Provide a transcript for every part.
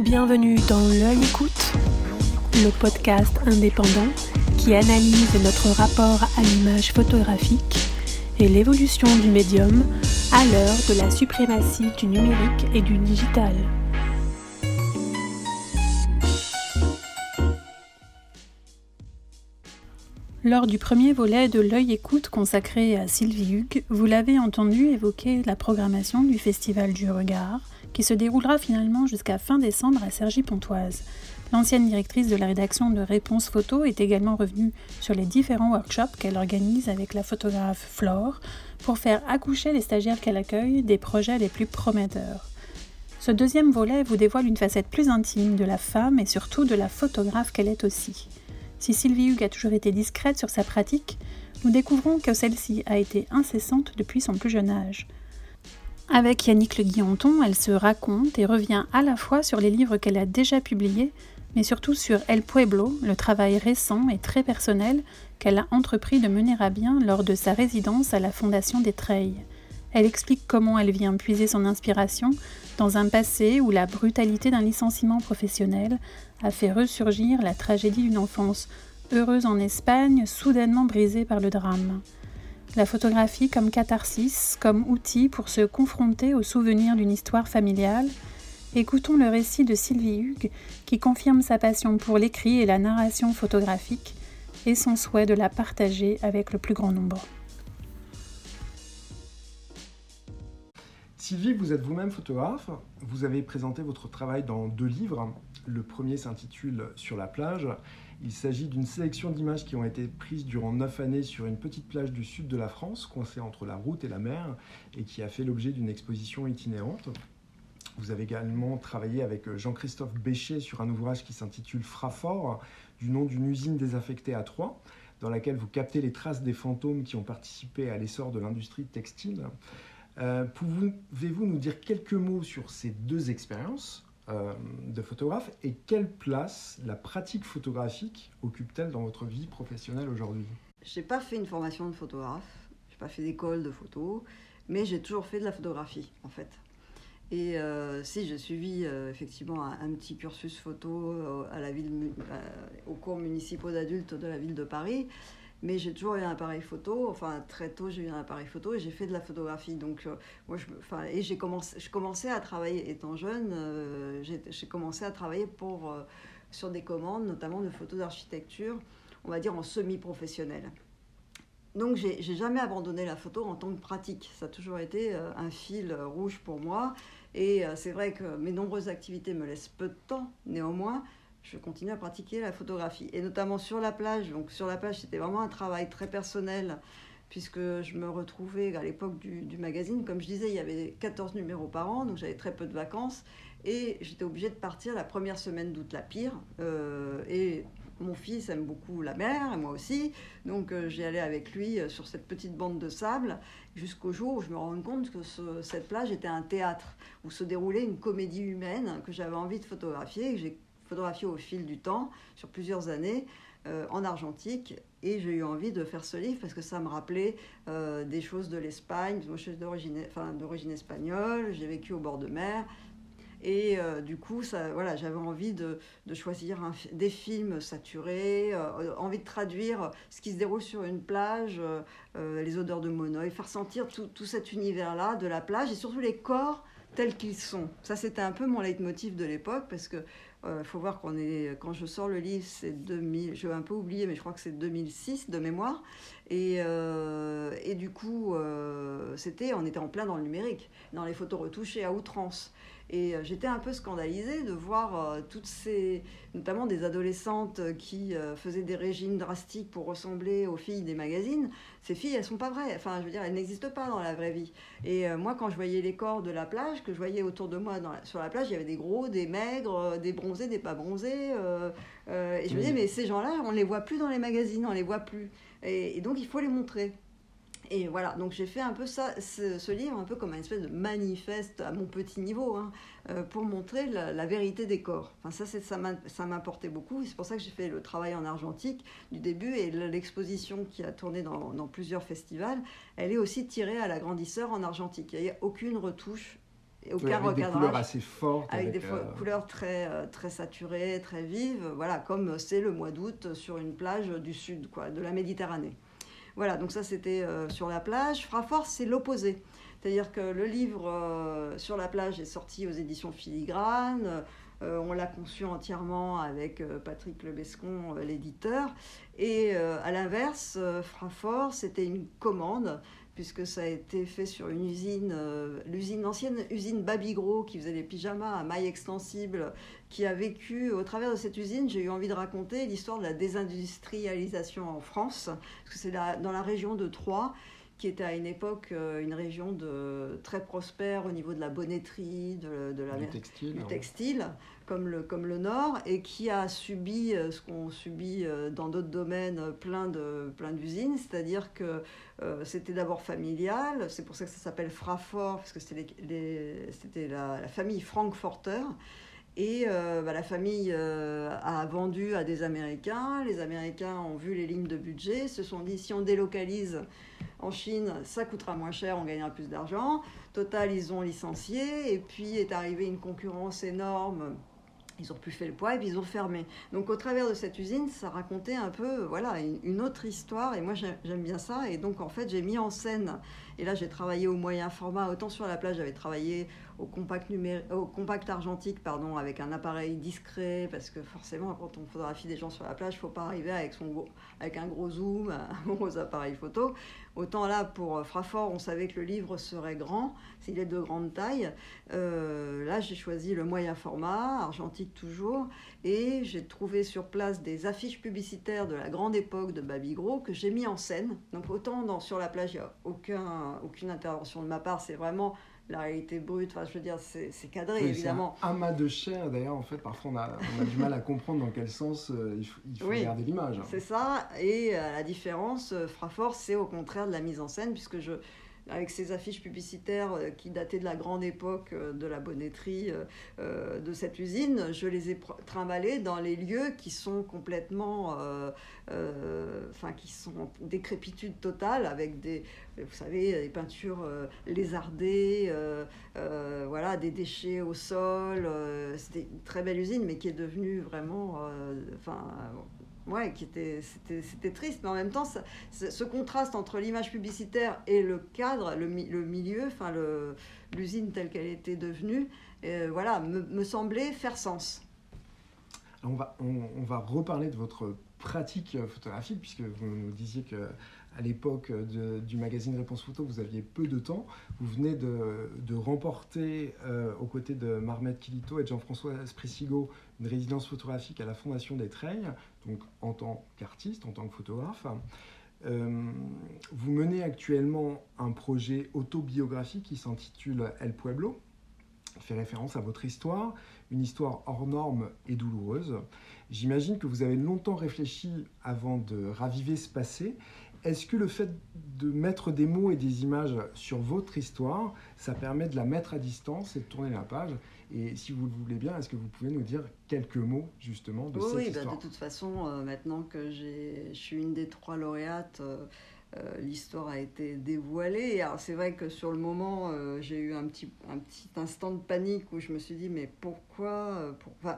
Bienvenue dans L'œil écoute, le podcast indépendant qui analyse notre rapport à l'image photographique et l'évolution du médium à l'heure de la suprématie du numérique et du digital. Lors du premier volet de L'œil écoute consacré à Sylvie Hugues, vous l'avez entendu évoquer la programmation du Festival du Regard, qui se déroulera finalement jusqu'à fin décembre à Cergy-Pontoise. L'ancienne directrice de la rédaction de Réponse Photo est également revenue sur les différents workshops qu'elle organise avec la photographe Flore pour faire accoucher les stagiaires qu'elle accueille des projets les plus prometteurs. Ce deuxième volet vous dévoile une facette plus intime de la femme et surtout de la photographe qu'elle est aussi. Si Sylvie Hugues a toujours été discrète sur sa pratique, nous découvrons que celle-ci a été incessante depuis son plus jeune âge. Avec Yannick Le Guillanton, elle se raconte et revient à la fois sur les livres qu'elle a déjà publiés, mais surtout sur El Pueblo, le travail récent et très personnel qu'elle a entrepris de mener à bien lors de sa résidence à la Fondation des Treilles. Elle explique comment elle vient puiser son inspiration dans un passé où la brutalité d'un licenciement professionnel a fait ressurgir la tragédie d'une enfance heureuse en Espagne, soudainement brisée par le drame. La photographie comme catharsis, comme outil pour se confronter aux souvenirs d'une histoire familiale. Écoutons le récit de Sylvie Hugues qui confirme sa passion pour l'écrit et la narration photographique et son souhait de la partager avec le plus grand nombre. Sylvie, vous êtes vous-même photographe. Vous avez présenté votre travail dans 2 livres. Le premier s'intitule « Sur la plage ». Il s'agit d'une sélection d'images qui ont été prises durant 9 années sur une petite plage du sud de la France, coincée entre la route et la mer, et qui a fait l'objet d'une exposition itinérante. Vous avez également travaillé avec Jean-Christophe Béchet sur un ouvrage qui s'intitule « Fraffort », du nom d'une usine désaffectée à Troyes, dans laquelle vous captez les traces des fantômes qui ont participé à l'essor de l'industrie textile. Pouvez-vous nous dire quelques mots sur ces 2 expériences de photographe et quelle place la pratique photographique occupe-t-elle dans votre vie professionnelle aujourd'hui ? Je n'ai pas fait une formation de photographe, je n'ai pas fait d'école de photo, mais j'ai toujours fait de la photographie en fait. Et si j'ai suivi effectivement un petit cursus photo aux cours municipaux d'adultes de la ville de Paris, mais j'ai toujours eu un appareil photo, enfin très tôt j'ai eu un appareil photo et j'ai fait de la photographie. Donc je commençais à travailler étant jeune, j'ai commencé à travailler sur des commandes, notamment de photos d'architecture, on va dire en semi-professionnel. Donc j'ai jamais abandonné la photo en tant que pratique, ça a toujours été un fil rouge pour moi. Et c'est vrai que mes nombreuses activités me laissent peu de temps, néanmoins, je continue à pratiquer la photographie. Et notamment sur la plage. Donc sur la plage, c'était vraiment un travail très personnel, puisque je me retrouvais à l'époque du magazine. Comme je disais, il y avait 14 numéros par an, donc j'avais très peu de vacances. Et j'étais obligée de partir la première semaine d'août, la pire. Et mon fils aime beaucoup la mer, et moi aussi. Donc j'y allais avec lui sur cette petite bande de sable, jusqu'au jour où je me rends compte que cette plage était un théâtre, où se déroulait une comédie humaine que j'avais envie de photographier, que j'ai photographié au fil du temps, sur plusieurs années, en argentique. Et j'ai eu envie de faire ce livre parce que ça me rappelait des choses de l'Espagne. Moi, je suis d'origine espagnole, j'ai vécu au bord de mer. Et du coup, j'avais envie de choisir des films saturés, envie de traduire ce qui se déroule sur une plage, les odeurs de monoeil, faire sentir tout cet univers-là de la plage et surtout les corps tels qu'ils sont. Ça, c'était un peu mon leitmotiv de l'époque parce que faut voir quand je sors le livre, c'est 2000, je vais un peu oublier, mais je crois que c'est 2006 de mémoire. Et du coup, on était en plein dans le numérique, dans les photos retouchées à outrance. Et j'étais un peu scandalisée de voir notamment des adolescentes qui faisaient des régimes drastiques pour ressembler aux filles des magazines. Ces filles, elles sont pas vraies. Enfin, je veux dire, elles n'existent pas dans la vraie vie. Et moi, quand je voyais les corps de la plage, que je voyais autour de moi sur la plage, il y avait des gros, des maigres, des bronzés, des pas bronzés. Et je me disais, mais ces gens-là, on les voit plus dans les magazines, on les voit plus. Et donc, il faut les montrer. Et voilà, donc j'ai fait un peu ce livre un peu comme une espèce de manifeste à mon petit niveau, pour montrer la vérité des corps. Enfin, ça m'importait beaucoup, et c'est pour ça que j'ai fait le travail en argentique du début, et l'exposition qui a tourné dans plusieurs festivals, elle est aussi tirée à la grandisseur en argentique. Il n'y a aucune retouche aucun avec des recadrage. couleurs assez fortes. Avec des couleurs très saturées, très vives, voilà, comme c'est le mois d'août sur une plage du sud, quoi, de la Méditerranée. Voilà, donc ça c'était sur la plage. Fraffort, c'est l'opposé. C'est-à-dire que le livre sur la plage est sorti aux éditions Filigrane. On l'a conçu entièrement avec Patrick Lebescon, l'éditeur. Et à l'inverse, Fraffort, c'était une commande, puisque ça a été fait sur une usine, l'ancienne usine Babygros, qui faisait des pyjamas à mailles extensibles, qui a vécu, au travers de cette usine, j'ai eu envie de raconter l'histoire de la désindustrialisation en France, parce que c'est dans la région de Troyes, qui était à une époque une région très prospère au niveau de la bonneterie, du textile, comme le Nord, et qui a subi ce qu'on subit dans d'autres domaines, plein d'usines, c'est-à-dire que c'était d'abord familial, c'est pour ça que ça s'appelle Fraffort, parce que c'était la famille Frankfurter. Et la famille a vendu à des Américains. Les Américains ont vu les lignes de budget, se sont dit si on délocalise en Chine, ça coûtera moins cher, on gagnera plus d'argent. Total, ils ont licencié et puis est arrivée une concurrence énorme. Ils ont plus fait le poids et puis ils ont fermé. Donc au travers de cette usine, ça racontait un peu une autre histoire et moi j'aime bien ça. Et donc en fait j'ai mis en scène, et là j'ai travaillé au moyen format, autant sur la plage j'avais travaillé au compact argentique avec un appareil discret, parce que forcément quand on photographie des gens sur la plage, il ne faut pas arriver avec un gros zoom, un gros appareil photo. Autant là pour Fraffort, on savait que le livre serait grand, s'il est de grande taille. Là j'ai choisi le moyen format, argentique toujours, et j'ai trouvé sur place des affiches publicitaires de la grande époque de Babygros que j'ai mis en scène. Donc autant sur la plage, il n'y a aucune intervention de ma part, c'est vraiment la réalité brute, je veux dire, c'est cadré, oui, évidemment. C'est un amas de chair, d'ailleurs, en fait, parfois on a du mal à comprendre dans quel sens il faut regarder l'image. C'est ça, et la différence, Fraffort, c'est au contraire de la mise en scène, puisque avec ces affiches publicitaires qui dataient de la grande époque de la bonneterie de cette usine, je les ai trimballées dans les lieux qui sont complètement, qui sont en décrépitude totale, avec des peintures lézardées, des déchets au sol. C'était une très belle usine, mais qui est devenue vraiment, c'était triste, mais en même temps, ce contraste entre l'image publicitaire et le cadre, le milieu, l'usine telle qu'elle était devenue, me semblait faire sens. On va reparler de votre pratique photographique, puisque vous nous disiez qu'à l'époque du magazine Réponse Photo, vous aviez peu de temps. Vous venez de remporter, aux côtés de Marmette Kilito et de Jean-François Spressigo, une résidence photographique à la Fondation des Treilles, donc en tant qu'artiste, en tant que photographe. Vous menez actuellement un projet autobiographique qui s'intitule El Pueblo, qui fait référence à votre histoire, une histoire hors norme et douloureuse. J'imagine que vous avez longtemps réfléchi avant de raviver ce passé. Est-ce que le fait de mettre des mots et des images sur votre histoire, ça permet de la mettre à distance et de tourner la page ? Et si vous le voulez bien, est-ce que vous pouvez nous dire quelques mots justement de cette histoire ? De toute façon, maintenant que je suis une des 3 lauréates, l'histoire a été dévoilée. Alors c'est vrai que sur le moment, j'ai eu un petit instant de panique où je me suis dit mais pourquoi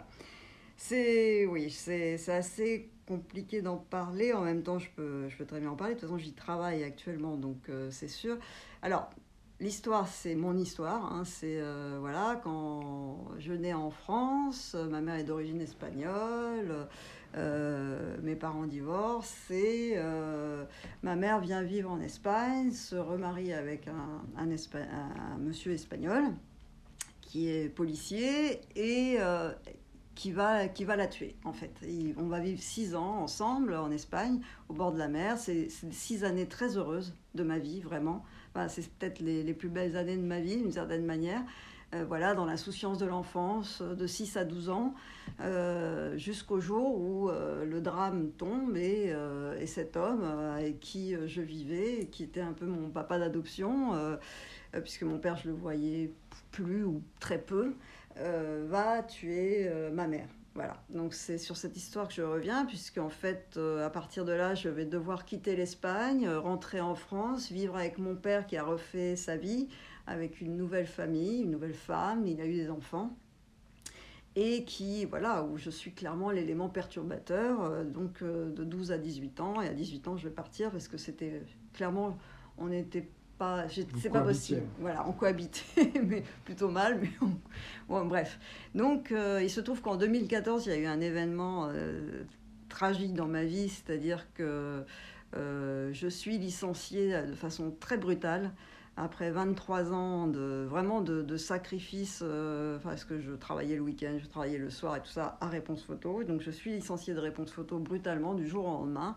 c'est assez compliqué d'en parler. En même temps, je peux très bien en parler. De toute façon, j'y travaille actuellement, donc c'est sûr. Alors, l'histoire, c'est mon histoire. C'est quand je nais en France, ma mère est d'origine espagnole, mes parents divorcent et ma mère vient vivre en Espagne, se remarie avec un monsieur espagnol qui est policier et qui va la tuer, en fait. On va vivre 6 ans ensemble en Espagne, au bord de la mer. C'est 6 années très heureuses de ma vie, vraiment. C'est peut-être les plus belles années de ma vie, d'une certaine manière. Dans l'insouciance de l'enfance, de 6 à 12 ans, jusqu'au jour où le drame tombe et cet homme avec qui je vivais, qui était un peu mon papa d'adoption, puisque mon père, je le voyais plus ou très peu, va tuer ma mère. Voilà, donc c'est sur cette histoire que je reviens, puisqu'en fait, à partir de là, je vais devoir quitter l'Espagne, rentrer en France, vivre avec mon père qui a refait sa vie, avec une nouvelle famille, une nouvelle femme, il a eu des enfants, et qui, voilà, où je suis clairement l'élément perturbateur, donc de 12 à 18 ans, et à 18 ans, je vais partir, parce que c'était clairement, on n'était pas, c'est pas possible. Voilà, on cohabitait, mais plutôt mal. Mais bon, bref. Donc, il se trouve qu'en 2014, il y a eu un événement tragique dans ma vie, c'est-à-dire que je suis licenciée de façon très brutale après 23 ans de sacrifice, parce que je travaillais le week-end, je travaillais le soir et tout ça à Réponse Photo. Donc, je suis licenciée de Réponse Photo brutalement du jour au lendemain.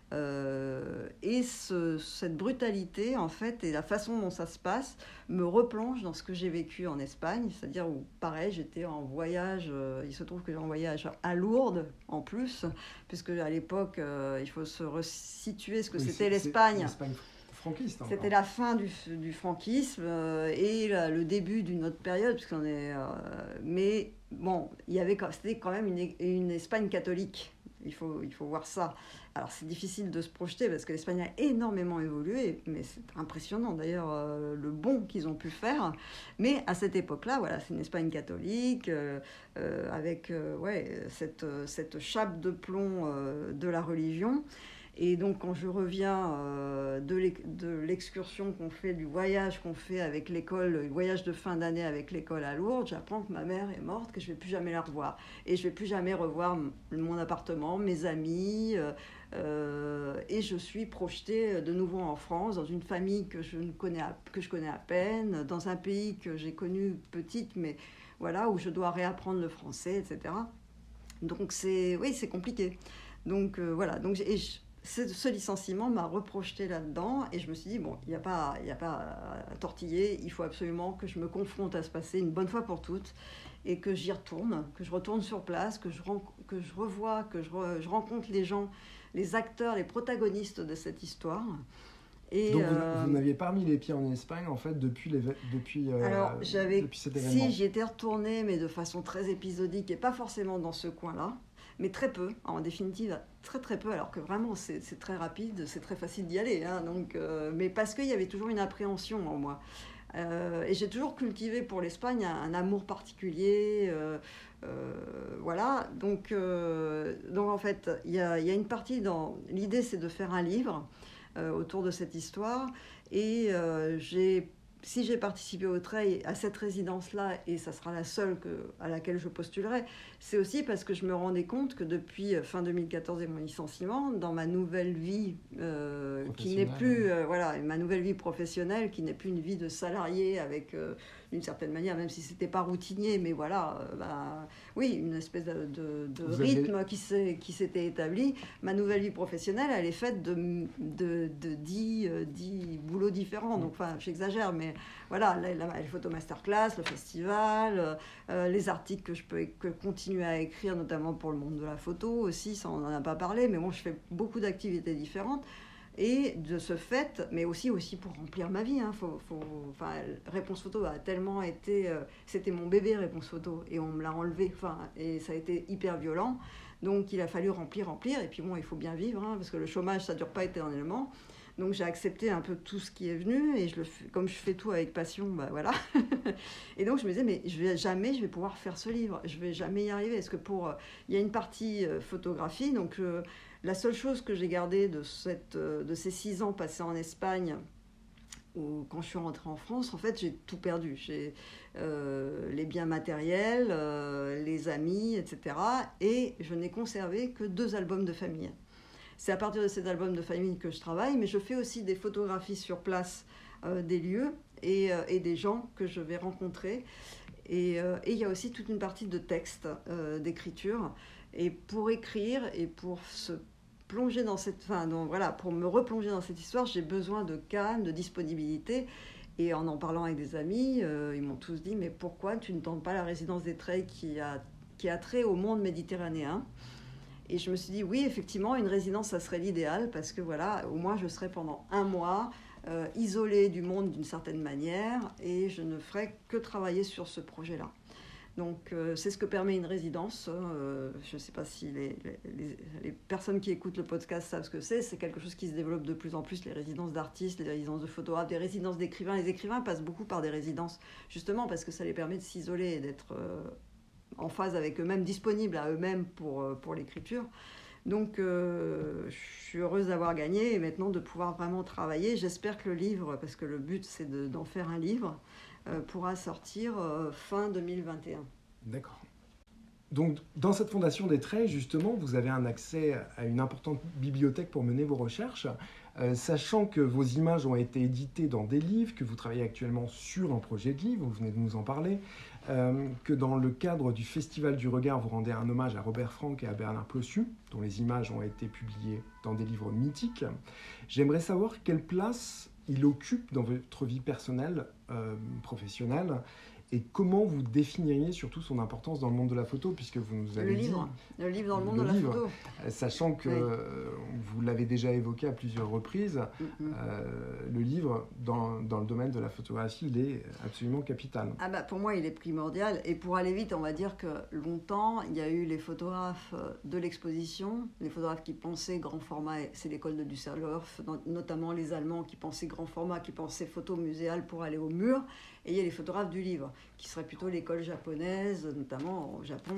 Et cette brutalité, en fait, et la façon dont ça se passe, me replonge dans ce que j'ai vécu en Espagne, c'est-à-dire où, pareil, j'étais en voyage, il se trouve que j'ai en voyage à Lourdes, en plus, puisque à l'époque, il faut se resituer ce que c'était l'Espagne. L'Espagne franquiste. Hein, c'était la fin du franquisme et le début d'une autre période, puisqu'on est... mais bon, c'était quand même une Espagne catholique. Il faut voir ça. Alors, c'est difficile de se projeter parce que l'Espagne a énormément évolué, mais c'est impressionnant d'ailleurs le bond qu'ils ont pu faire. Mais à cette époque-là, voilà, c'est une Espagne catholique avec cette chape de plomb de la religion. Et donc, quand je reviens de l'excursion qu'on fait, du voyage qu'on fait avec l'école, le voyage de fin d'année avec l'école à Lourdes, j'apprends que ma mère est morte, que je ne vais plus jamais la revoir. Et je ne vais plus jamais revoir mon appartement, mes amis. Et je suis projetée de nouveau en France, dans une famille que je connais à peine, dans un pays que j'ai connu petite, mais voilà, où je dois réapprendre le français, etc. Donc, c'est compliqué. Donc, voilà. Donc, ce licenciement m'a reprojeté là-dedans et je me suis dit, bon, il n'y a pas à tortiller, il faut absolument que je me confronte à ce passé une bonne fois pour toutes et que j'y retourne, que je retourne sur place, que je revoie, que je rencontre les gens, les acteurs, les protagonistes de cette histoire. Et donc vous n'aviez pas mis les pieds en Espagne en fait depuis cet événement. Si, j'y étais retournée, mais de façon très épisodique et pas forcément dans ce coin-là. Mais très peu, en définitive, très très peu, alors que vraiment c'est très rapide, c'est très facile d'y aller. Hein, donc, mais parce qu'il y avait toujours une appréhension en moi. Et j'ai toujours cultivé pour l'Espagne un amour particulier. Voilà, donc en fait, il y a une partie dans... L'idée, c'est de faire un livre autour de cette histoire. Et si j'ai participé au Treil à cette résidence-là, et ça sera la seule à laquelle je postulerai, c'est aussi parce que je me rendais compte que depuis fin 2014 et mon licenciement, dans ma nouvelle vie qui n'est plus, ma nouvelle vie professionnelle, qui n'est plus une vie de salarié avec d'une certaine manière, même si c'était pas routinier, mais voilà, oui, une espèce de rythme qui s'était établi. Ma nouvelle vie professionnelle, elle est faite de 10 boulots différents. Donc, enfin, j'exagère, mais voilà, les photo masterclass, le festival, les articles que je peux continuer à écrire, notamment pour le monde de la photo aussi, ça on n'en a pas parlé, mais bon, je fais beaucoup d'activités différentes. Et de ce fait, mais aussi pour remplir ma vie, hein, Réponse Photo a tellement été... c'était mon bébé, Réponse Photo, et on me l'a enlevé, et ça a été hyper violent. Donc il a fallu remplir, et puis bon, il faut bien vivre, hein, parce que le chômage, ça ne dure pas éternellement. Donc j'ai accepté un peu tout ce qui est venu, et comme je fais tout avec passion, voilà. Et donc je me disais, mais jamais je vais pouvoir faire ce livre, je vais jamais y arriver, parce que il y a une partie photographie, donc... La seule chose que j'ai gardée de ces 6 ans passés en Espagne, où, quand je suis rentrée en France, en fait, j'ai tout perdu. J'ai les biens matériels, les amis, etc. Et je n'ai conservé que 2 albums de famille. C'est à partir de ces albums de famille que je travaille, mais je fais aussi des photographies sur place des lieux et des gens que je vais rencontrer. Et il y a aussi toute une partie de texte, d'écriture. Et pour écrire et pour plonger dans pour me replonger dans cette histoire, j'ai besoin de calme, de disponibilité. Et en parlant avec des amis, ils m'ont tous dit, mais pourquoi tu ne tentes pas la résidence des Treilles qui a trait au monde méditerranéen? Et je me suis dit, oui, effectivement, une résidence, ça serait l'idéal, parce que voilà, au moins je serais pendant 1 mois isolée du monde d'une certaine manière, et je ne ferais que travailler sur ce projet-là. Donc c'est ce que permet une résidence. Je ne sais pas si les personnes qui écoutent le podcast savent ce que c'est. C'est quelque chose qui se développe de plus en plus, les résidences d'artistes, les résidences de photographes, des résidences d'écrivains. Les écrivains passent beaucoup par des résidences, justement parce que ça les permet de s'isoler et d'être en phase avec eux-mêmes, disponibles à eux-mêmes pour l'écriture. Donc je suis heureuse d'avoir gagné et maintenant de pouvoir vraiment travailler. J'espère que le livre, parce que le but c'est d'en faire un livre, pourra sortir fin 2021. D'accord. Donc, dans cette Fondation des Traits, justement, vous avez un accès à une importante bibliothèque pour mener vos recherches. Sachant que vos images ont été éditées dans des livres, que vous travaillez actuellement sur un projet de livre, vous venez de nous en parler, que dans le cadre du Festival du Regard, vous rendez un hommage à Robert Frank et à Bernard Plossu, dont les images ont été publiées dans des livres mythiques. J'aimerais savoir quelle place il occupe dans votre vie personnelle, professionnelle, et comment vous définiriez surtout son importance dans le monde de la photo, puisque vous nous avez dit... Le livre dans le monde de la photo. Sachant que vous l'avez déjà évoqué à plusieurs reprises, le livre, dans le domaine de la photographie, il est absolument capital. Pour moi, il est primordial. Et pour aller vite, on va dire que longtemps, il y a eu les photographes de l'exposition, les photographes qui pensaient grand format, c'est l'école de Düsseldorf, notamment les Allemands qui pensaient grand format, qui pensaient photo muséale pour aller au mur. Et il y a les photographes du livre, qui serait plutôt l'école japonaise, notamment au Japon,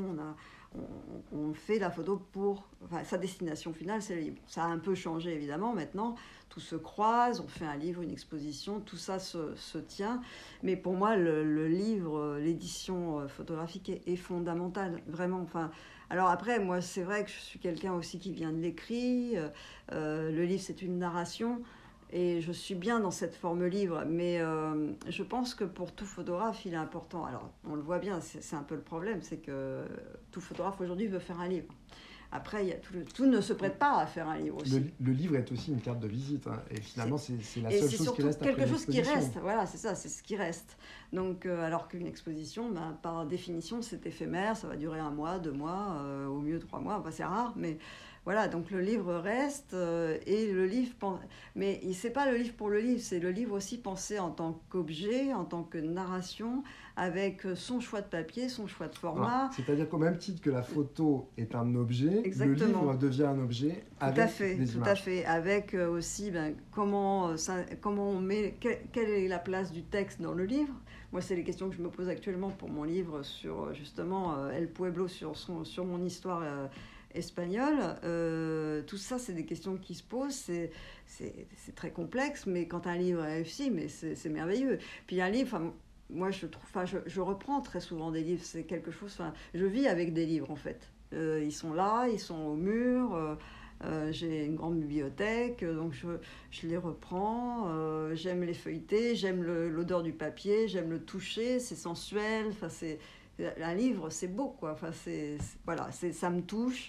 on fait la photo pour... Enfin, sa destination finale, c'est le livre. Ça a un peu changé, évidemment, maintenant. Tout se croise, on fait un livre, une exposition, tout ça se tient. Mais pour moi, le livre, l'édition photographique est fondamentale, vraiment. Enfin, alors après, moi, c'est vrai que je suis quelqu'un aussi qui vient de l'écrit. Le livre, c'est une narration. Et je suis bien dans cette forme livre, mais je pense que pour tout photographe, il est important. Alors, on le voit bien, c'est un peu le problème, c'est que tout photographe aujourd'hui veut faire un livre. Après, il y a tout ne se prête pas à faire un livre aussi. Le livre est aussi une carte de visite, hein, et finalement, c'est la seule chose qui reste après l'exposition. C'est quelque chose qui reste, voilà, c'est ça, c'est ce qui reste. Donc, alors qu'une exposition, par définition, c'est éphémère, ça va durer 1 mois, 2 mois, au mieux 3 mois, enfin, c'est rare, mais... Voilà, donc le livre reste, et le livre... Mais c'est pas le livre pour le livre, c'est le livre aussi pensé en tant qu'objet, en tant que narration, avec son choix de papier, son choix de format. C'est-à-dire qu'au même titre que la photo est un objet, exactement, le livre devient un objet avec des images. Tout à fait, avec aussi comment on met... Quelle est la place du texte dans le livre ? Moi, c'est les questions que je me pose actuellement pour mon livre sur, justement, El Pueblo, sur mon histoire... espagnol, tout ça, c'est des questions qui se posent, c'est très complexe, mais quand un livre est réussi, mais c'est merveilleux. Puis un livre, moi je reprends très souvent des livres, c'est quelque chose, je vis avec des livres en fait. Ils sont là, ils sont au mur, j'ai une grande bibliothèque, donc je les reprends, j'aime les feuilleter, j'aime l'odeur du papier, j'aime le toucher, c'est sensuel, un livre, c'est beau, quoi. Enfin, voilà, ça me touche.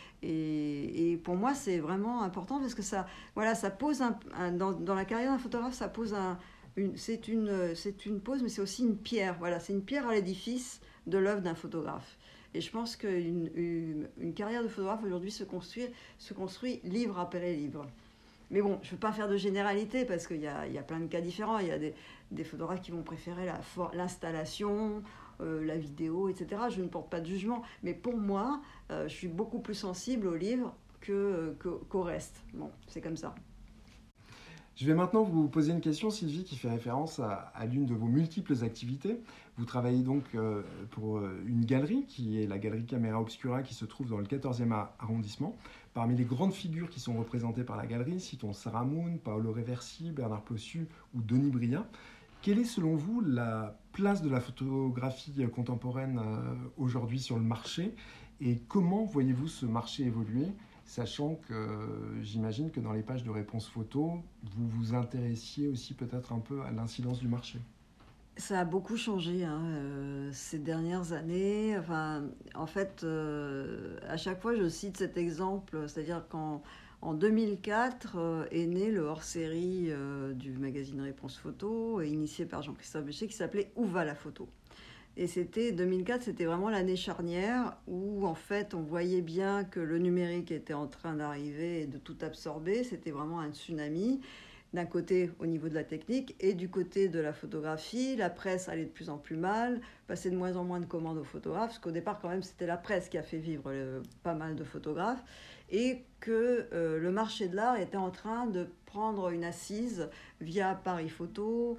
Et pour moi, c'est vraiment important parce que ça pose dans la carrière d'un photographe, ça pose c'est une pose, mais c'est aussi une pierre. Voilà, c'est une pierre à l'édifice de l'œuvre d'un photographe. Et je pense qu'une carrière de photographe aujourd'hui se construit livre après livre. Mais bon, je ne veux pas faire de généralité parce qu'il y a plein de cas différents. Il y a des photographes qui vont préférer l'installation, la vidéo, etc. Je ne porte pas de jugement. Mais pour moi, je suis beaucoup plus sensible au livre qu'au reste. Bon, c'est comme ça. Je vais maintenant vous poser une question, Sylvie, qui fait référence à l'une de vos multiples activités. Vous travaillez donc pour une galerie, qui est la galerie Camera Obscura, qui se trouve dans le 14e arrondissement. Parmi les grandes figures qui sont représentées par la galerie, citons Sarah Moon, Paolo Reversi, Bernard Plossu ou Denis Bria. Quelle est selon vous la place de la photographie contemporaine aujourd'hui sur le marché et comment voyez-vous ce marché évoluer, sachant que j'imagine que dans les pages de réponse photo, vous vous intéressiez aussi peut-être un peu à l'incidence du marché? Ça a beaucoup changé ces dernières années. Enfin, en fait, à chaque fois, je cite cet exemple, c'est-à-dire qu'en 2004 est né le hors-série du magazine Réponse Photo, initié par Jean-Christophe Béchet, qui s'appelait « Où va la photo ?» Et 2004, c'était vraiment l'année charnière où, en fait, on voyait bien que le numérique était en train d'arriver et de tout absorber. C'était vraiment un tsunami. d'un côté au niveau de la technique et du côté de la photographie, la presse allait de plus en plus mal, passait de moins en moins de commandes aux photographes, parce qu'au départ quand même c'était la presse qui a fait vivre pas mal de photographes, et que le marché de l'art était en train de prendre une assise via Paris Photo.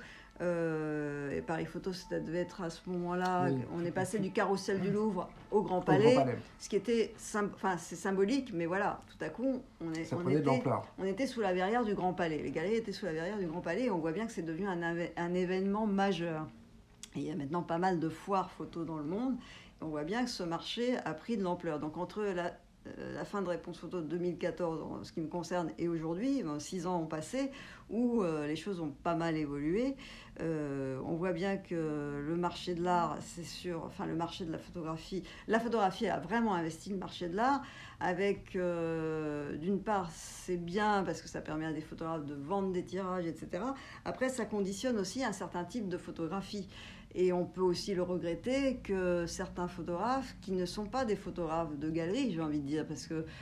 Et Paris Photo, ça devait être à ce moment-là, oui. On est passé du carrousel du Louvre au Grand Palais, ce qui était, c'est symbolique, mais voilà, tout à coup, on était sous la verrière du Grand Palais. Les galeries étaient sous la verrière du Grand Palais, et on voit bien que c'est devenu un événement majeur. Et il y a maintenant pas mal de foires photos dans le monde, et on voit bien que ce marché a pris de l'ampleur. Donc entre la fin de Réponse Photo de 2014, en ce qui me concerne, et aujourd'hui, 6 ans ont passé, où les choses ont pas mal évolué. On voit bien que le marché de l'art, c'est sûr, enfin le marché de la photographie a vraiment investi le marché de l'art, avec, d'une part, c'est bien parce que ça permet à des photographes de vendre des tirages, etc. Après, ça conditionne aussi un certain type de photographie. Et on peut aussi le regretter que certains photographes, qui ne sont pas des photographes de galerie, j'ai envie de dire, parce que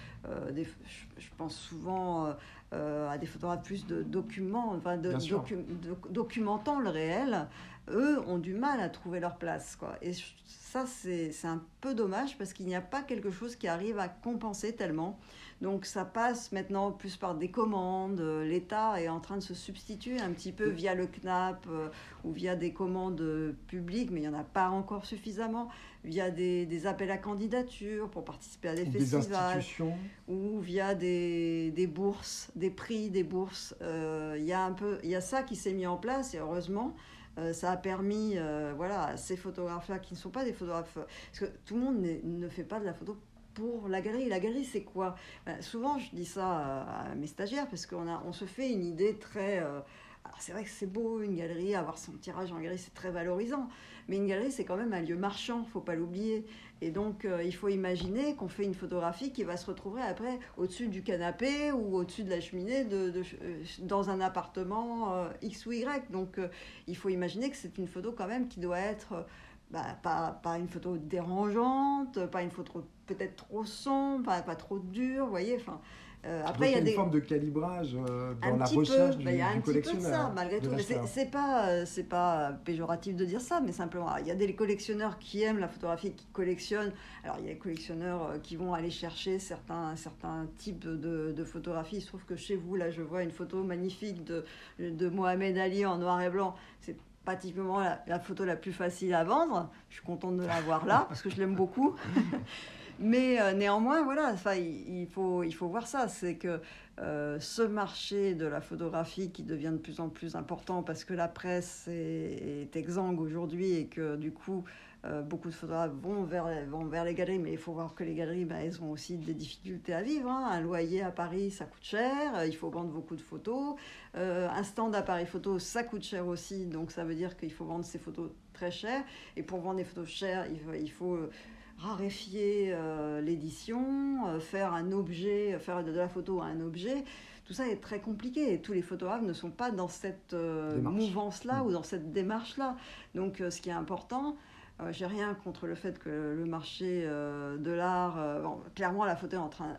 je pense souvent à des photographes plus de documents, documentant le réel, eux ont du mal à trouver leur place, quoi. Et ça, c'est un peu dommage, parce qu'il n'y a pas quelque chose qui arrive à compenser tellement. Donc ça passe maintenant plus par des commandes. L'État est en train de se substituer un petit peu via le CNAP ou via des commandes publiques, mais il n'y en a pas encore suffisamment, via des appels à candidature pour participer à des festivals, ou via des bourses, des prix, des bourses. Il y a ça qui s'est mis en place, et heureusement. Ça a permis à ces photographes-là qui ne sont pas des photographes... Parce que tout le monde ne fait pas de la photo pour la galerie. La galerie, c'est quoi ? Souvent, je dis ça à mes stagiaires, parce qu'on se fait une idée très... Alors, c'est vrai que c'est beau, une galerie, avoir son tirage en galerie, c'est très valorisant. Mais une galerie, c'est quand même un lieu marchand, il ne faut pas l'oublier. Et donc, il faut imaginer qu'on fait une photographie qui va se retrouver après au-dessus du canapé ou au-dessus de la cheminée dans un appartement X ou Y. Donc, il faut imaginer que c'est une photo quand même qui doit être... pas une photo dérangeante, pas une photo peut-être trop sombre, pas trop dure, vous voyez. Après, il y a une forme de calibrage dans la recherche du collectionneur. Il y a un petit peu de ça, malgré tout. C'est pas péjoratif de dire ça, mais simplement, il y a des collectionneurs qui aiment la photographie, qui collectionnent. Alors, il y a des collectionneurs qui vont aller chercher certains types de photographies. Il se trouve que chez vous, là, je vois une photo magnifique de Mohamed Ali en noir et blanc. C'est pratiquement la photo la plus facile à vendre. Je suis contente de l'avoir là, parce que je l'aime beaucoup. Mais néanmoins, voilà, il faut voir ça. C'est que ce marché de la photographie qui devient de plus en plus important, parce que la presse est exsangue aujourd'hui, et que du coup, beaucoup de photographes vont vers les galeries. Mais il faut voir que les galeries, elles ont aussi des difficultés à vivre. Un loyer à Paris, ça coûte cher. Il faut vendre beaucoup de photos. Un stand à Paris Photo, ça coûte cher aussi. Donc ça veut dire qu'il faut vendre ces photos très chères. Et pour vendre des photos chères, il faut raréfier l'édition, faire de la photo un objet. Tout ça est très compliqué, et tous les photographes ne sont pas dans cette mouvance-là ou dans cette démarche-là. Donc ce qui est important, j'ai rien contre le fait que le marché de l'art, clairement la photo est en train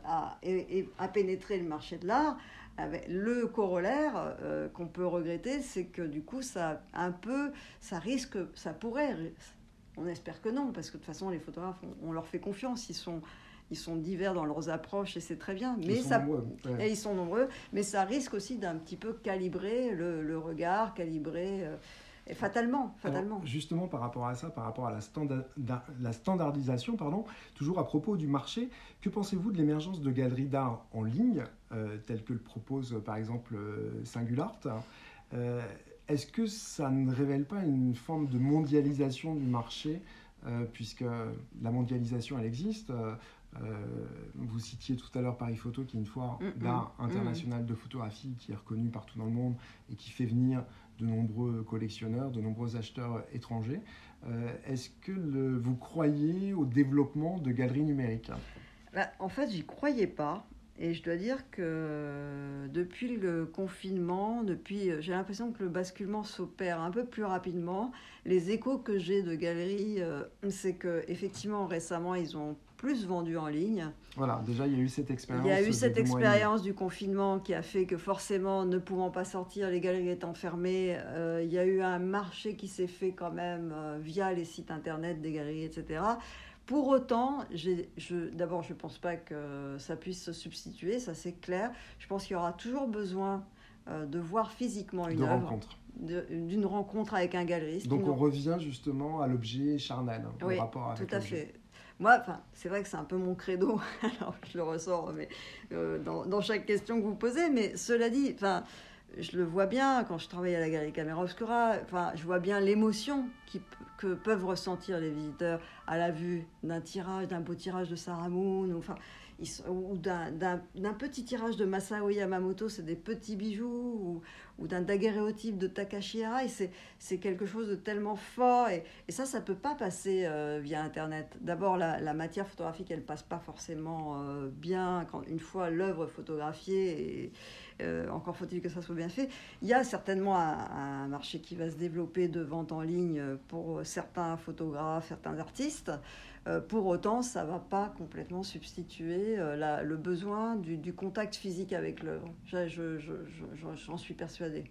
à pénétrer le marché de l'art. Avec le corollaire qu'on peut regretter, c'est que du coup ça pourrait... On espère que non, parce que de toute façon, les photographes, on leur fait confiance. Ils sont divers dans leurs approches, et c'est très bien. Mais ils sont nombreux. Mais ça risque aussi d'un petit peu calibrer le regard, et fatalement. Alors, justement, par rapport à ça, par rapport à la standardisation, toujours à propos du marché, que pensez-vous de l'émergence de galeries d'art en ligne, telles que le propose par exemple Singular Art ? Est-ce que ça ne révèle pas une forme de mondialisation du marché, puisque la mondialisation, elle existe. Vous citiez tout à l'heure Paris Photo, qui est une foire d'art internationale de photographie qui est reconnue partout dans le monde et qui fait venir de nombreux collectionneurs, de nombreux acheteurs étrangers. Est-ce que vous croyez au développement de galeries numériques ? En fait, j'y croyais pas. Et je dois dire que depuis le confinement, j'ai l'impression que le basculement s'opère un peu plus rapidement. Les échos que j'ai de galeries, c'est qu'effectivement, récemment, ils ont plus vendu en ligne. Voilà, déjà il y a eu cette expérience. Il y a eu cette expérience du confinement qui a fait que forcément, ne pouvant pas sortir, les galeries étant fermées, il y a eu un marché qui s'est fait quand même via les sites internet des galeries, etc. Pour autant, d'abord, je ne pense pas que ça puisse se substituer, ça c'est clair. Je pense qu'il y aura toujours besoin de voir physiquement une œuvre, d'une rencontre avec un galeriste. Donc on revient justement à l'objet charnel, oui, au rapport avec tout à fait. Moi, c'est vrai que c'est un peu mon credo, alors je le ressors mais, dans chaque question que vous posez, mais cela dit, je le vois bien quand je travaille à la Galerie Camera Obscura, je vois bien l'émotion que peuvent ressentir les visiteurs à la vue d'un beau tirage de Sarah Moon, ou d'un petit tirage de Masao Yamamoto, c'est des petits bijoux, ou d'un daguerréotype de Takashi Hara, et c'est quelque chose de tellement fort, et ça ne peut pas passer via Internet. D'abord, la matière photographique, elle ne passe pas forcément bien une fois l'œuvre photographiée, et encore faut-il que ça soit bien fait. Il y a certainement un marché qui va se développer de vente en ligne pour certains photographes, certains artistes. Pour autant, ça ne va pas complètement substituer le besoin du contact physique avec l'œuvre. J'en suis persuadée.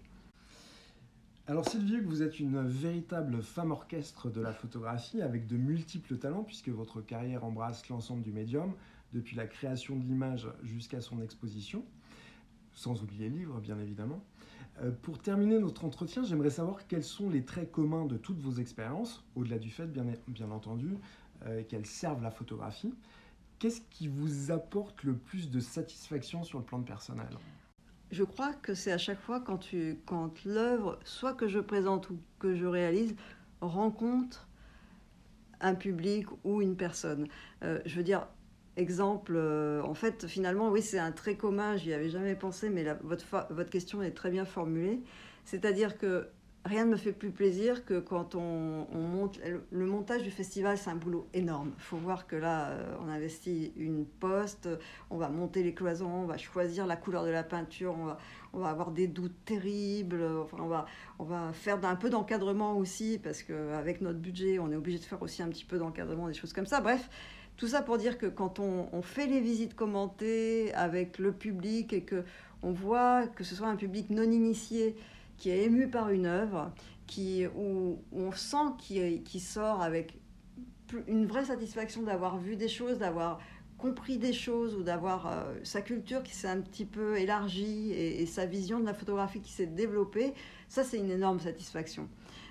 Alors Sylvie Hugues, vous êtes une véritable femme orchestre de la photographie avec de multiples talents puisque votre carrière embrasse l'ensemble du médium, depuis la création de l'image jusqu'à son exposition, sans oublier le livre bien évidemment. Pour terminer notre entretien, j'aimerais savoir quels sont les traits communs de toutes vos expériences, au-delà du fait bien entendu qu'elles servent la photographie. Qu'est-ce qui vous apporte le plus de satisfaction sur le plan personnel ? Je crois que c'est à chaque fois quand l'œuvre, soit que je présente ou que je réalise, rencontre un public ou une personne. Je veux dire, exemple, en fait, finalement, oui, c'est un trait commun, j'y avais jamais pensé, mais votre question est très bien formulée. C'est-à-dire que rien ne me fait plus plaisir que quand on monte. Le montage du festival, c'est un boulot énorme. Il faut voir que là, on investit une poste, on va monter les cloisons, on va choisir la couleur de la peinture, on va avoir des doutes terribles, on va faire un peu d'encadrement aussi, parce qu'avec notre budget, on est obligé de faire aussi un petit peu d'encadrement, des choses comme ça. Bref, tout ça pour dire que quand on fait les visites commentées avec le public et qu'on voit que ce soit un public non initié, qui est ému par une œuvre, où on sent qu'il sort avec une vraie satisfaction d'avoir vu des choses, d'avoir compris des choses, ou d'avoir sa culture qui s'est un petit peu élargie et sa vision de la photographie qui s'est développée, ça c'est une énorme satisfaction.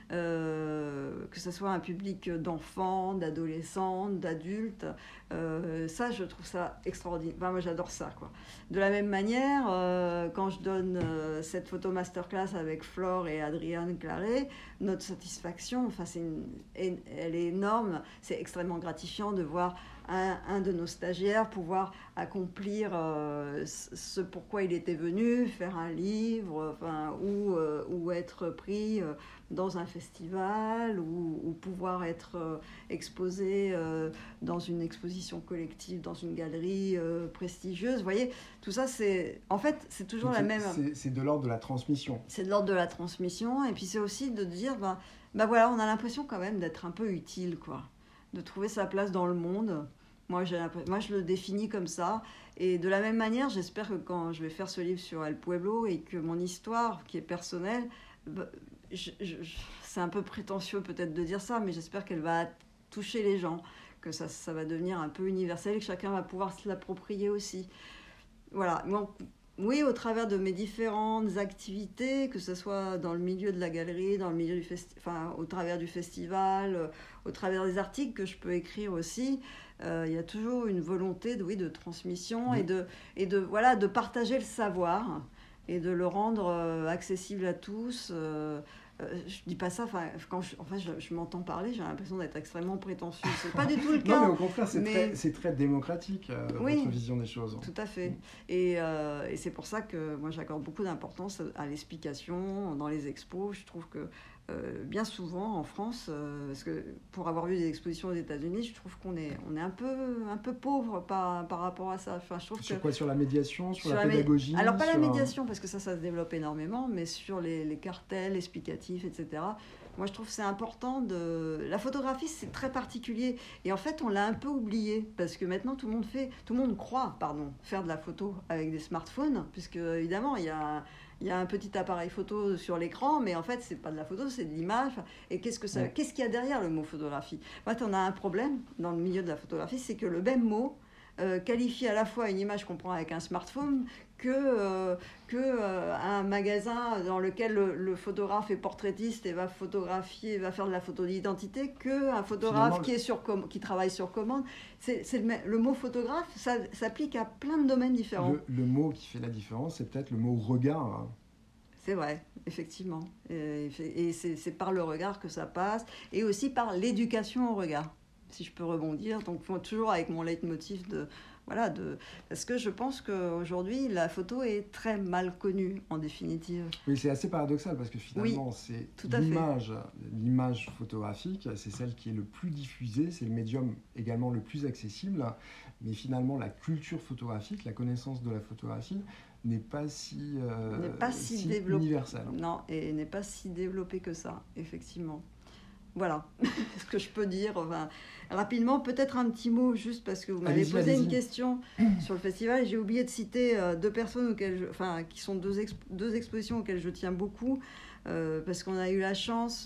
Que ce soit un public d'enfants, d'adolescents, d'adultes, ça je trouve ça extraordinaire. Moi j'adore ça, quoi. De la même manière, quand je donne cette photo masterclass avec Flore et Adrienne Claret, notre satisfaction, elle est énorme. C'est extrêmement gratifiant de voir un de nos stagiaires pouvoir accomplir ce pourquoi il était venu, faire un livre, ou être pris dans un festival, ou pouvoir être exposé dans une exposition collective, dans une galerie prestigieuse. Vous voyez, tout ça, c'est toujours la même... C'est de l'ordre de la transmission. C'est de l'ordre de la transmission, et puis c'est aussi de dire, voilà, on a l'impression quand même d'être un peu utile, quoi, de trouver sa place dans le monde. Moi, je le définis comme ça. Et de la même manière, j'espère que quand je vais faire ce livre sur El Pueblo et que mon histoire, qui est personnelle, c'est un peu prétentieux peut-être de dire ça, mais j'espère qu'elle va toucher les gens, que ça va devenir un peu universel et que chacun va pouvoir se l'approprier aussi. Voilà. Oui, au travers de mes différentes activités, que ce soit dans le milieu de la galerie, dans le milieu au travers du festival, au travers des articles que je peux écrire aussi, il y a toujours une volonté de transmission et de partager le savoir et de le rendre accessible à tous. Je dis pas ça, quand je m'entends parler, j'ai l'impression d'être extrêmement prétentieuse. C'est pas du tout le cas. Non, mais au contraire, c'est très démocratique, votre vision des choses. Tout à fait. Et c'est pour ça que moi, j'accorde beaucoup d'importance à l'explication dans les expos. Je trouve que bien souvent en France, parce que pour avoir vu des expositions aux États-Unis, je trouve qu'on est un peu pauvre par rapport à ça. Je trouve quoi, sur la médiation, sur la pédagogie? Alors pas la médiation, parce que ça se développe énormément, mais sur les cartels explicatifs, etc. Moi, je trouve que c'est important La photographie, c'est très particulier. Et en fait, on l'a un peu oublié. Parce que maintenant, tout le monde croit faire de la photo avec des smartphones. Puisque, évidemment, il y a un petit appareil photo sur l'écran. Mais en fait, c'est pas de la photo, c'est de l'image. Et qu'est-ce qu'il y a derrière le mot photographie? En fait, on a un problème dans le milieu de la photographie. C'est que le même mot qualifie à la fois une image qu'on prend avec un smartphone que un magasin dans lequel le photographe est portraitiste et va photographier, va faire de la photo d'identité, qu'un photographe qui travaille sur commande. Le mot photographe, ça s'applique à plein de domaines différents. Le mot qui fait la différence, c'est peut-être le mot regard. C'est vrai, effectivement. Et c'est par le regard que ça passe, et aussi par l'éducation au regard, si je peux rebondir. Donc, toujours avec mon leitmotiv parce que je pense qu'aujourd'hui, la photo est très mal connue, en définitive. Oui, c'est assez paradoxal, parce que finalement, c'est l'image photographique, c'est celle qui est le plus diffusée, c'est le médium également le plus accessible, mais finalement, la culture photographique, la connaissance de la photographie, n'est pas si universelle. Non, et n'est pas si développée que ça, effectivement. Voilà ce que je peux dire. Rapidement, peut-être un petit mot, juste parce que vous m'avez posé une question sur le festival. J'ai oublié de citer deux personnes qui sont deux expositions auxquelles je tiens beaucoup, parce qu'on a eu la chance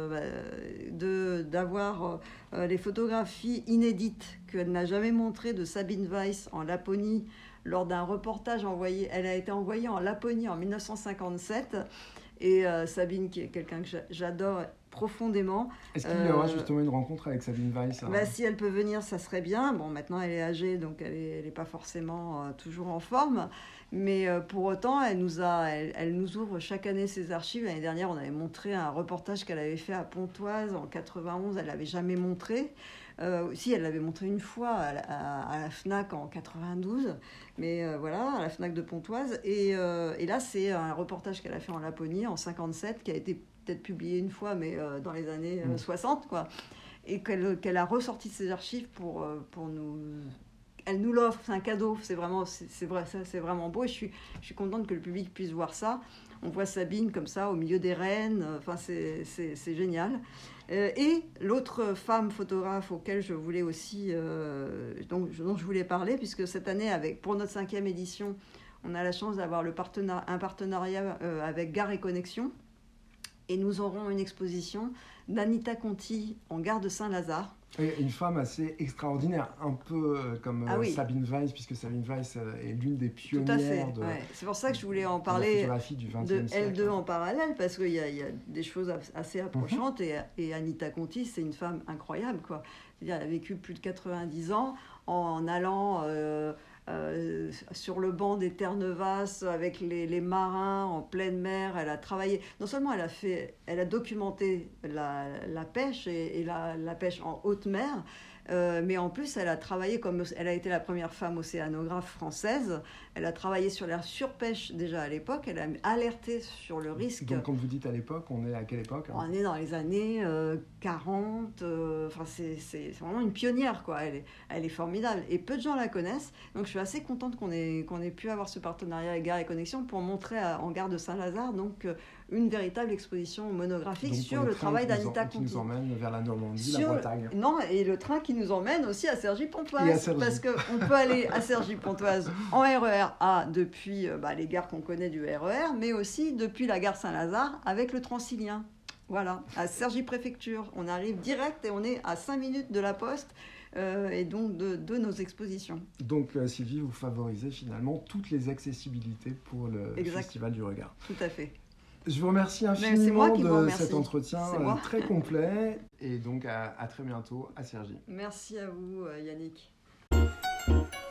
d'avoir les photographies inédites qu'elle n'a jamais montrées de Sabine Weiss en Laponie lors d'un reportage envoyé. Elle a été envoyée en Laponie en 1957. Et Sabine, qui est quelqu'un que j'adore profondément. Est-ce qu'il y aura justement une rencontre avec Sabine Weiss? Si elle peut venir, ça serait bien. Bon, maintenant, elle est âgée, donc elle est pas forcément toujours en forme. Mais pour autant, elle nous ouvre chaque année ses archives. L'année dernière, on avait montré un reportage qu'elle avait fait à Pontoise en 91. Elle l'avait jamais montré. Si, elle l'avait montré une fois à la FNAC en 92, mais à la FNAC de Pontoise. Et là, c'est un reportage qu'elle a fait en Laponie en 57, qui a été peut-être publié une fois, mais dans les années 60, quoi. Et qu'elle a ressorti de ses archives pour nous... Elle nous l'offre, c'est un cadeau, c'est vraiment beau, et je suis contente que le public puisse voir ça. On voit Sabine comme ça, au milieu des rennes, c'est génial. Et l'autre femme photographe auquel je voulais aussi, dont je voulais parler, puisque cette année, pour notre 5e édition, on a la chance d'avoir un partenariat avec Gare et Connexion, et nous aurons une exposition d'Anita Conti en gare de Saint-Lazare. Et une femme assez extraordinaire, un peu comme Sabine Weiss, puisque Sabine Weiss est l'une des pionnières de C'est pour ça que je voulais en parler de L2 en parallèle, parce qu'il y a des choses assez approchantes, et Anita Conti, c'est une femme incroyable, quoi. C'est-à-dire, elle a vécu plus de 90 ans en allant... sur le banc des Terre-Neuvas avec les marins en pleine mer. Elle a travaillé, non seulement elle a documenté la pêche et la pêche en haute mer, mais en plus elle a travaillé elle a été la première femme océanographe française. Elle a travaillé sur la surpêche déjà à l'époque. Elle a alerté sur le risque. Donc quand vous dites à l'époque, on est à quelle époque, On est dans les années 40. C'est vraiment une pionnière, quoi. Elle est formidable et peu de gens la connaissent. Donc je suis assez contente qu'on ait pu avoir ce partenariat avec Gare et Connexion pour montrer en gare de Saint-Lazare une véritable exposition monographique sur le travail d'Anita Conti. Qui nous emmène vers la Normandie, la Bretagne. Non, et le train qui nous emmène aussi à Cergy-Pontoise. Parce qu'on peut aller à Cergy-Pontoise en RER A depuis les gares qu'on connaît du RER, mais aussi depuis la gare Saint-Lazare avec le Transilien. Voilà, à Cergy-Préfecture. On arrive direct et on est à 5 minutes de la Poste. Et donc de nos expositions. Donc Sylvie, vous favorisez finalement toutes les accessibilités pour le Festival du Regard. Tout à fait. Je vous remercie infiniment de cet entretien très complet, et donc à très bientôt à Cergy. Merci à vous, Yannick.